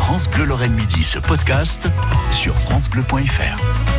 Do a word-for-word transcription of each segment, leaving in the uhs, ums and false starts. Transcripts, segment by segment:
France Bleu Lorraine Midi se podcast sur francebleu point fr.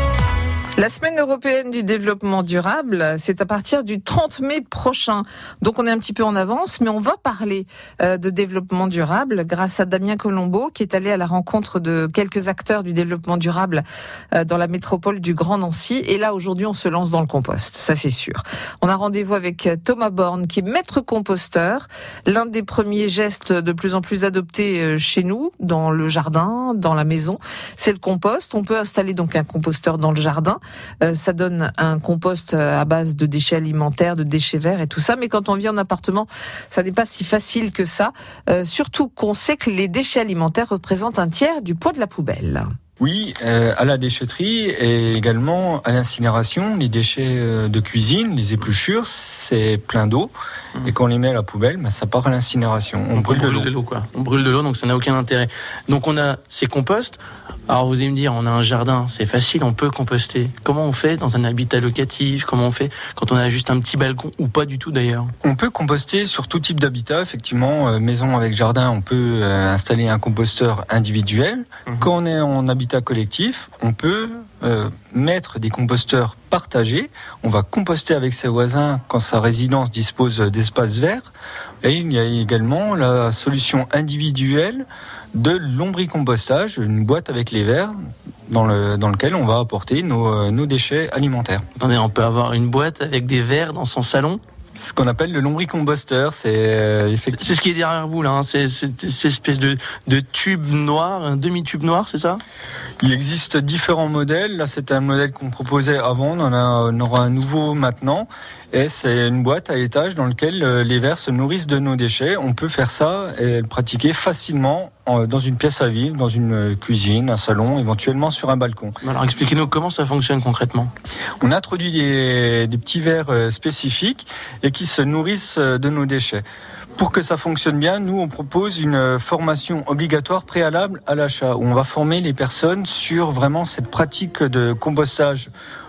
La semaine européenne du développement durable, c'est à partir du trente mai prochain. Donc on est un petit peu en avance, mais on va parler euh, de développement durable grâce à Damien Colombo qui est allé à la rencontre de quelques acteurs du développement durable euh, dans la métropole du Grand Nancy. Et là aujourd'hui on se lance dans le compost, ça c'est sûr. On a rendez-vous avec Thomas Borne qui est maître composteur, l'un des premiers gestes de plus en plus adoptés chez nous, dans le jardin, dans la maison, c'est le compost. On peut installer donc un composteur dans le jardin. Euh, ça donne un compost à base de déchets alimentaires, de déchets verts et tout ça. Mais quand on vit en appartement, ça n'est pas si facile que ça. Euh, surtout qu'on sait que les déchets alimentaires représentent un tiers du poids de la poubelle. Oui, euh, à la déchetterie et également à l'incinération, les déchets de cuisine, les épluchures, c'est plein d'eau. Mmh. Et quand on les met à la poubelle, bah, ça part à l'incinération. On, on brûle, brûle de l'eau. de l'eau, quoi. On brûle de l'eau, donc ça n'a aucun intérêt. Donc on a ces composts. Alors vous allez me dire, on a un jardin, c'est facile, on peut composter. Comment on fait dans un habitat locatif? Comment on fait quand on a juste un petit balcon ou pas du tout d'ailleurs? On peut composter sur tout type d'habitat, effectivement. Euh, maison avec jardin, on peut euh, installer un composteur individuel. Mmh. Quand on est en habitat collectif, on peut euh, mettre des composteurs partagés. On va composter avec ses voisins quand sa résidence dispose d'espaces verts. Et il y a également la solution individuelle de lombricompostage, une boîte avec les verres dans, le, dans lequel on va apporter nos, nos déchets alimentaires. Attendez, on peut avoir une boîte avec des verres dans son salon ? Ce qu'on appelle le lombricomposteur, c'est euh, effectivement... C'est ce qui est derrière vous, là, hein. c'est, c'est, c'est cette espèce de, de tube noir, un demi-tube noir, c'est ça? Il existe différents modèles. Là, c'était un modèle qu'on proposait avant, on en a, on aura un nouveau maintenant. Et c'est une boîte à étage dans laquelle les vers se nourrissent de nos déchets. On peut faire ça et le pratiquer facilement dans une pièce à vivre, dans une cuisine, un salon, éventuellement sur un balcon. Alors expliquez-nous comment ça fonctionne concrètement. On introduit des, des petits vers spécifiques et qui se nourrissent de nos déchets. Pour que ça fonctionne bien, nous on propose une formation obligatoire préalable à l'achat, où on va former les personnes sur vraiment cette pratique de compostage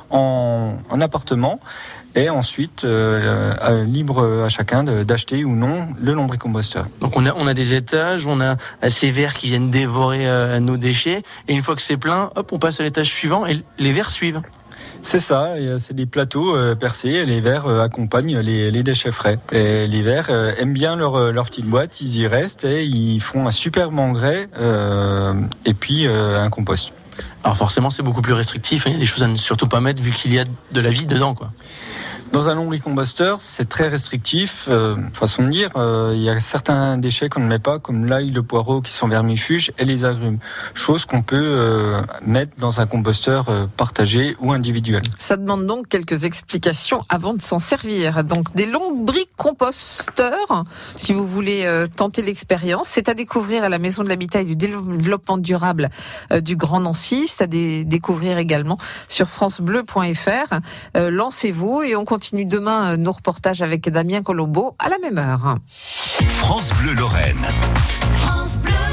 en, en appartement. Et ensuite, euh, à, libre à chacun de, d'acheter ou non le lombricomposteur. Donc on a, on a des étages, on a ces vers qui viennent dévorer euh, nos déchets, et une fois que c'est plein, hop, on passe à l'étage suivant et les vers suivent. C'est ça, et c'est des plateaux euh, percés, et les vers euh, accompagnent les, les déchets frais. Et les vers euh, aiment bien leur, leur petite boîte, ils y restent et ils font un superbe engrais euh, et puis euh, un compost. Alors forcément, c'est beaucoup plus restrictif, il y a des choses à ne surtout pas mettre vu qu'il y a de la vie dedans, quoi. Dans un lombricomposteur, c'est très restrictif, euh, façon de dire. Euh, il y a certains déchets qu'on ne met pas, comme l'ail, le poireau, qui sont vermifuges, et les agrumes. Chose qu'on peut euh, mettre dans un composteur euh, partagé ou individuel. Ça demande donc quelques explications avant de s'en servir. Donc des lombricomposteurs, si vous voulez euh, tenter l'expérience, c'est à découvrir à la Maison de l'Habitat et du Développement Durable euh, du Grand Nancy. C'est à dé- découvrir également sur francebleu point fr. Euh, lancez-vous et on continue. Continue demain nos reportages avec Damien Colombo à la même heure. France Bleu Lorraine. France Bleu.